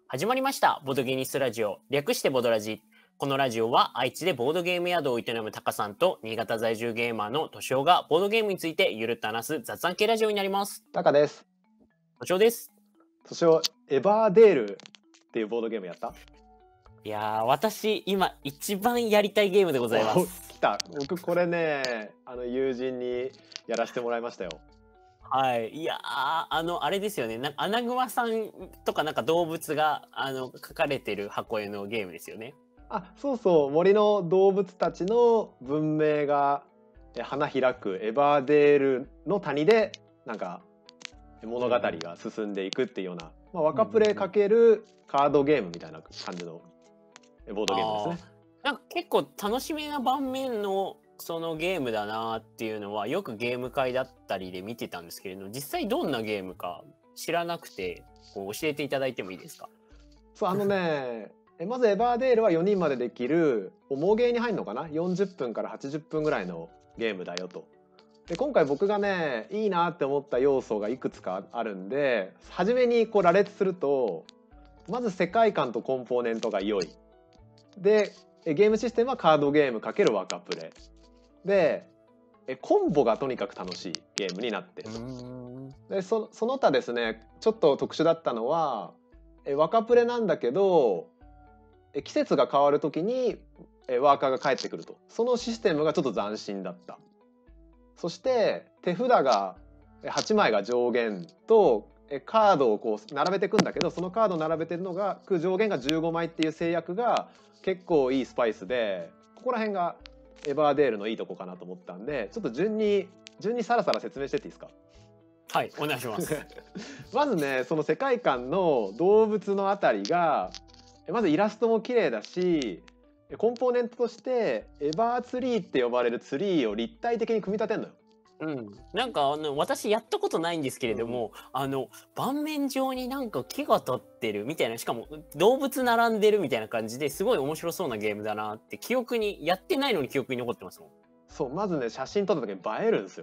始まりました。ボードゲーニストラジオ。略してボドラジ。このラジオは愛知でボードゲーム宿を営むタカさんと新潟在住ゲーマーのトシオがボードゲームについてゆるっと話す雑談系ラジオになります。 タカです。 トシオです。 年をエバーデールっていうボードゲームやった？ いやー、私今一番やりたいゲームでございます。 来た。僕これね、友人にやらせてもらいましたよ。 はい。いやー、あれですよね。アナグマさんとかなんか動物が書かれてる箱絵のゲームですよね。 あ、そうそう、森の動物たちの文明が花開くエバーデールの谷でなんか物語が進んでいくっていうような、若プレイかけるカードゲームみたいな感じのボードゲームですね。 なんか結構楽しめな盤面のそのゲームだなっていうのはよくゲーム会だったりで見てたんですけれど、実際どんなゲームか知らなくてこう教えていただいてもいいですか？ そうまずエバーデールは4人までできる重ゲーに入るのかな、40分から80分ぐらいのゲームだよと。で今回僕がねいいなって思った要素がいくつかあるんで、初めにこう羅列すると、まず世界観とコンポーネントが良い。でゲームシステムはカードゲーム×若プレで、コンボがとにかく楽しいゲームになってると。でその他ですね、ちょっと特殊だったのは若プレなんだけど季節が変わる時にワーカーが帰ってくると。そのシステムがちょっと斬新だった。そして手札が8枚が上限とカードをこう並べていくんだけど、そのカードを並べてるのが上限が15枚っていう制約が結構いいスパイスで、ここら辺がエバーデールのいいとこかなと思ったんで、ちょっと順にさらさら説明してっていいですか？ はい、お願いします。 まずね、その世界観の動物のあたりがまずイラストも綺麗だし、コンポーネントとしてエバーツリーって呼ばれるツリーを立体的に組み立てるのよ。 なんか私やったことないんですけれども、盤面上になんか木が立ってるみたいな、しかも動物並んでるみたいな感じですごい面白そうなゲームだなって記憶に、やってないのに記憶に残ってますもん。 そう、まずね写真撮った時に映えるんですよ。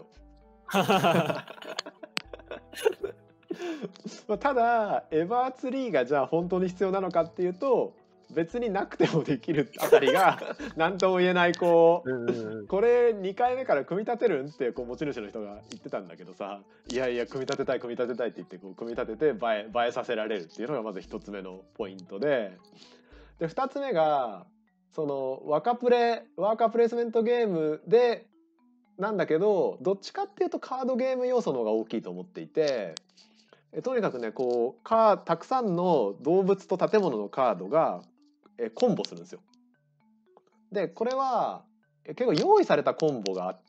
ただエバーツリーがじゃあ本当に必要なのかっていうと、別になくてもできるあたりが何とも言えない。これ2回目から組み立てるんってこう持ち主の人が言ってたんだけどさ、いやいや組み立てたいって言ってこう組み立てて映えさせられるっていうのがまず1つ目のポイントで、2つ目がそのワーカープレイスメントゲームでなんだけど、どっちかっていうとカードゲーム要素の方が大きいと思っていて、とにかくねこうたくさんの動物と建物のカードがコンボするんですよ。でこれは結構用意されたコンボがあって、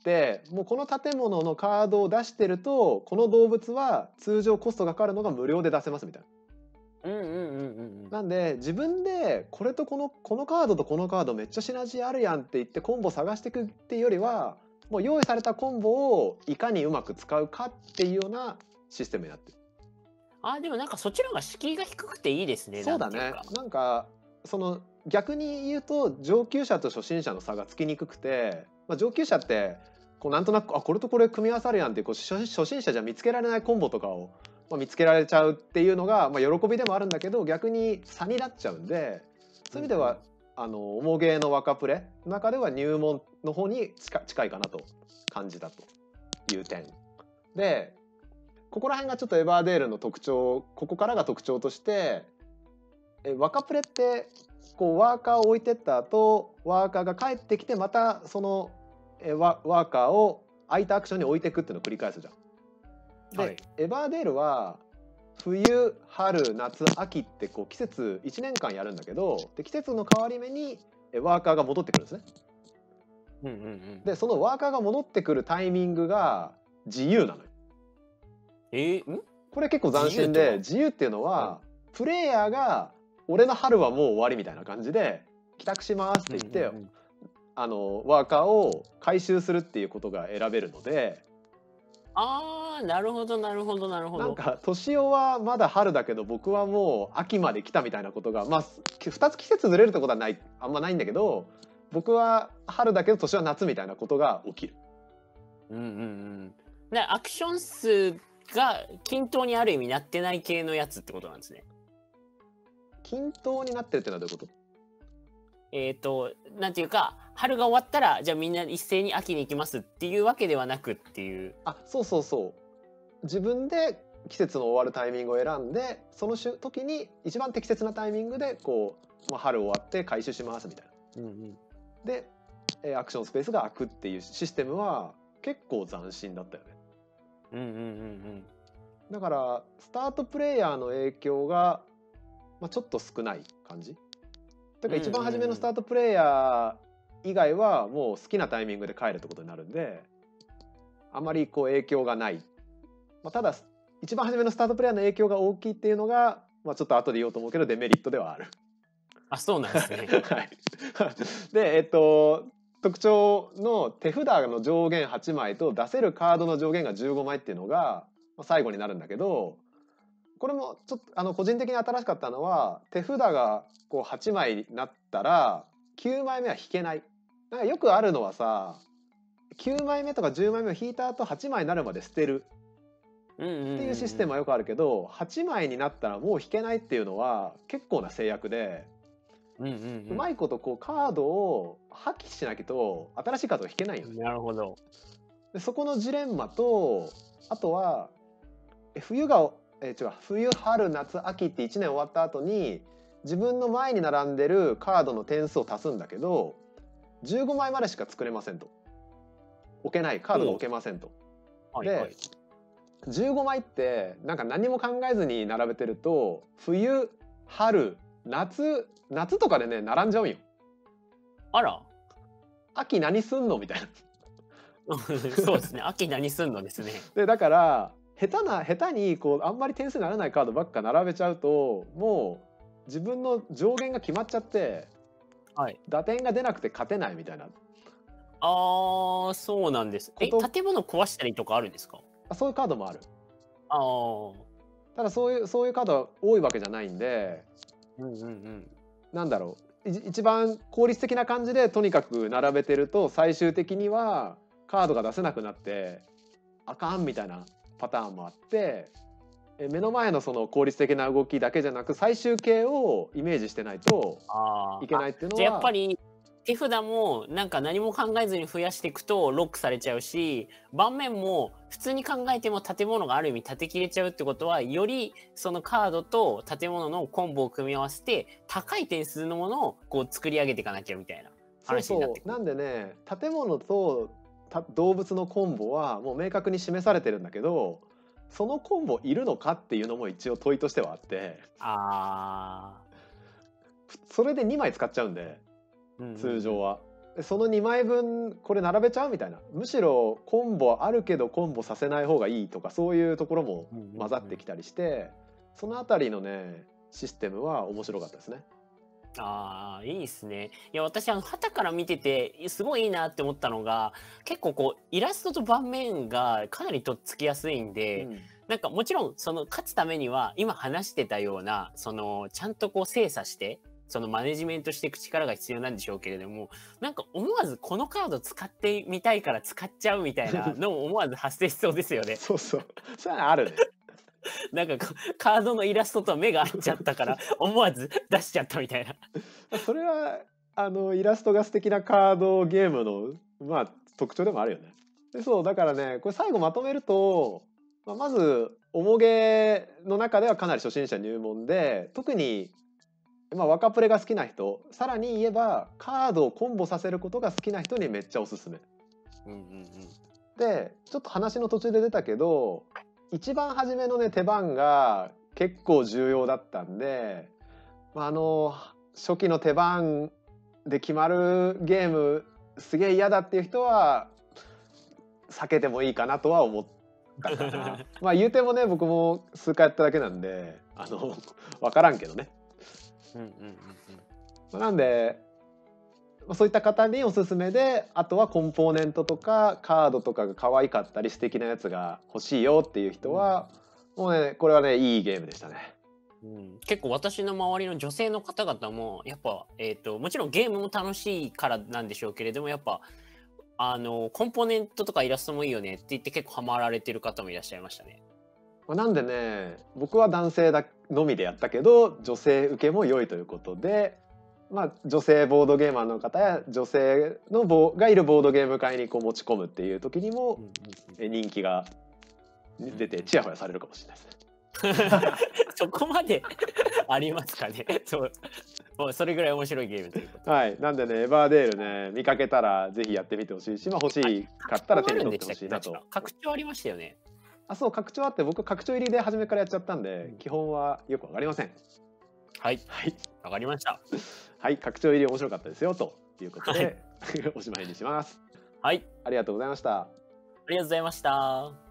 もうこの建物のカードを出してるとこの動物は通常コストがかかるのが無料で出せますみたいな。なんで自分でこれとこのカードとこのカードめっちゃシナジーあるやんって言ってコンボ探していくっていうよりは、もう用意されたコンボをいかにうまく使うかっていうようなシステムになってる。 でもなんかそっちの方が敷居が低くていいですね。 そうだね。なんかその逆に言うと上級者と初心者の差がつきにくくて、上級者ってこうなんとなくこれとこれ組み合わさるやんってこう初心者じゃ見つけられないコンボとかを、見つけられちゃうっていうのが、喜びでもあるんだけど逆に差になっちゃうんで、そういう意味では重ゲーの若プレの中では入門の方に近いかなと感じたという点で、ここら辺がちょっとエバーデールの特徴、ここからが特徴として、若プレってこうワーカーを置いてった後ワーカーが帰ってきてまたそのワーカーを空いたアクションに置いていくっていうのを繰り返すじゃん。で、エバーデールは冬春夏秋ってこう季節1年間やるんだけど、で季節の変わり目にワーカーが戻ってくるんですね。でそのワーカーが戻ってくるタイミングが自由なのよ。これ結構斬新で、自由っていうのは、プレイヤーが俺の春はもう終わりみたいな感じで帰宅しますって言って、ワーカーを回収するっていうことが選べるので。 なるほどなるほどなるほど。 なんか年男はまだ春だけど僕はもう秋まで来たみたいなことが、2つ季節ずれるってことはあんまないんだけど、僕は春だけど年は夏みたいなことが起きる。 でアクション数が均等にある意味なってない系のやつってことなんですね。 均等になってるっていうのはどういうこと？ なんていうか、春が終わったらじゃあみんな一斉に秋に行きますっていうわけではなくっていう。 あ、そうそうそう。自分で季節の終わるタイミングを選んで、その時に一番適切なタイミングでこう、春終わって回収しますみたいな。 うんうん。 で、アクションスペースが空くっていうシステムは結構斬新だったよね。 うんうんうんうん。 だからスタートプレイヤーの影響が、ちょっと少ない感じ。だから一番初めのスタートプレイヤー以外はもう好きなタイミングで帰るってことになるんで、あまりこう影響がない。ただ一番初めのスタートプレイヤーの影響が大きいっていうのが、ちょっと後で言おうと思うけどデメリットではある。 あ、そうなんですね。 はい。で、特徴の手札の上限8枚と出せるカードの上限が15枚っていうのが最後になるんだけど、これもちょっと個人的に新しかったのは、手札がこう8枚になったら9枚目は引けない。なんかよくあるのはさ、9枚目とか10枚目を引いた後8枚になるまで捨てるっていうシステムはよくあるけど、8枚になったらもう引けないっていうのは結構な制約で、うまいことこうカードを破棄しなきゃと新しいカードが引けないよね。 なるほど。 でそこのジレンマと、あとは冬、春、夏、秋って1年終わった後に自分の前に並んでるカードの点数を足すんだけど、15枚までしか作れませんと。置けない、カードが置けませんと。で、15枚ってなんか何も考えずに並べてると、冬、春、夏とかでね並んじゃうんよ。 あら。 秋何すんのみたいな。 そうですね。秋何すんのですね。 でだから下手にこうあんまり点数にならないカードばっか並べちゃうと、もう自分の上限が決まっちゃって、 はい、 打点が出なくて勝てないみたいな。 ああ、そうなんです。建物壊したりとかあるんですか？ そういうカードもある。 ああ。 ただそういうカードは多いわけじゃないんで、なんだろう、一番効率的な感じでとにかく並べてると、最終的にはカードが出せなくなってあかんみたいなパターンもあって、目の前のその効率的な動きだけじゃなく最終形をイメージしてないといけないっていうのは。 じゃあやっぱり手札もなんか何も考えずに増やしていくとロックされちゃうし、盤面も普通に考えても建物がある意味立て切れちゃうってことは、よりそのカードと建物のコンボを組み合わせて高い点数のものをこう作り上げていかなきゃみたいな話になってくる。 なんでね、建物と動物のコンボはもう明確に示されてるんだけど、そのコンボいるのかっていうのも一応問いとしてはあって、それで2枚使っちゃうんで、通常は。その2枚分これ並べちゃうみたいな。むしろコンボあるけどコンボさせない方がいいとか、そういうところも混ざってきたりして、そのあたりのねシステムは面白かったですね。 ああ、いいですね。いや、私旗から見ててすごいいいなって思ったのが、結構こうイラストと盤面がかなりとっつきやすいんで、なんかもちろんその勝つためには今話してたようなそのちゃんとこう精査してそのマネジメントしていく力が必要なんでしょうけれども、なんか思わずこのカード使ってみたいから使っちゃうみたいなのも思わず発生しそうですよね。 そうそう、それはあるね。 なんかカードのイラストと目が合っちゃったから思わず出しちゃったみたいな。 それはイラストが素敵なカードゲームの特徴でもあるよね。でそうだからね、これ最後まとめると、まず重げの中ではかなり初心者入門で、特に若プレが好きな人、さらに言えばカードをコンボさせることが好きな人にめっちゃおすすめ。でちょっと話の途中で出たけど、一番初めのね手番が結構重要だったんで、初期の手番で決まるゲームすげえ嫌だっていう人は避けてもいいかなとは思ったかな。言うてもね、僕も数回やっただけなんで分からんけどね。なんでそういった方におすすめで、あとはコンポーネントとかカードとかが可愛かったり素敵なやつが欲しいよっていう人は、もうねこれはねいいゲームでしたね。 結構私の周りの女性の方々もやっぱ、もちろんゲームも楽しいからなんでしょうけれども、やっぱコンポーネントとかイラストもいいよねって言って結構ハマられてる方もいらっしゃいましたね。 なんでね、僕は男性のみでやったけど女性受けも良いということで、女性ボードゲーマーの方や女性がいるボードゲーム会にこう持ち込むっていう時にも人気が出てチヤホヤされるかもしれないですね。 そこまでありますかね。もうそれぐらい面白いゲームということ。 はい、なんでね、エバーデールね、見かけたらぜひやってみてほしいし、欲しいかったら手に取ってほしいなと。 拡張ありましたよね。 そう、拡張あって、僕拡張入りで初めからやっちゃったんで、基本はよくわかりません。 はい、わかりました。 はい、拡張入り面白かったですよということで、おしまいにします。 はい、 ありがとうございました。 ありがとうございました。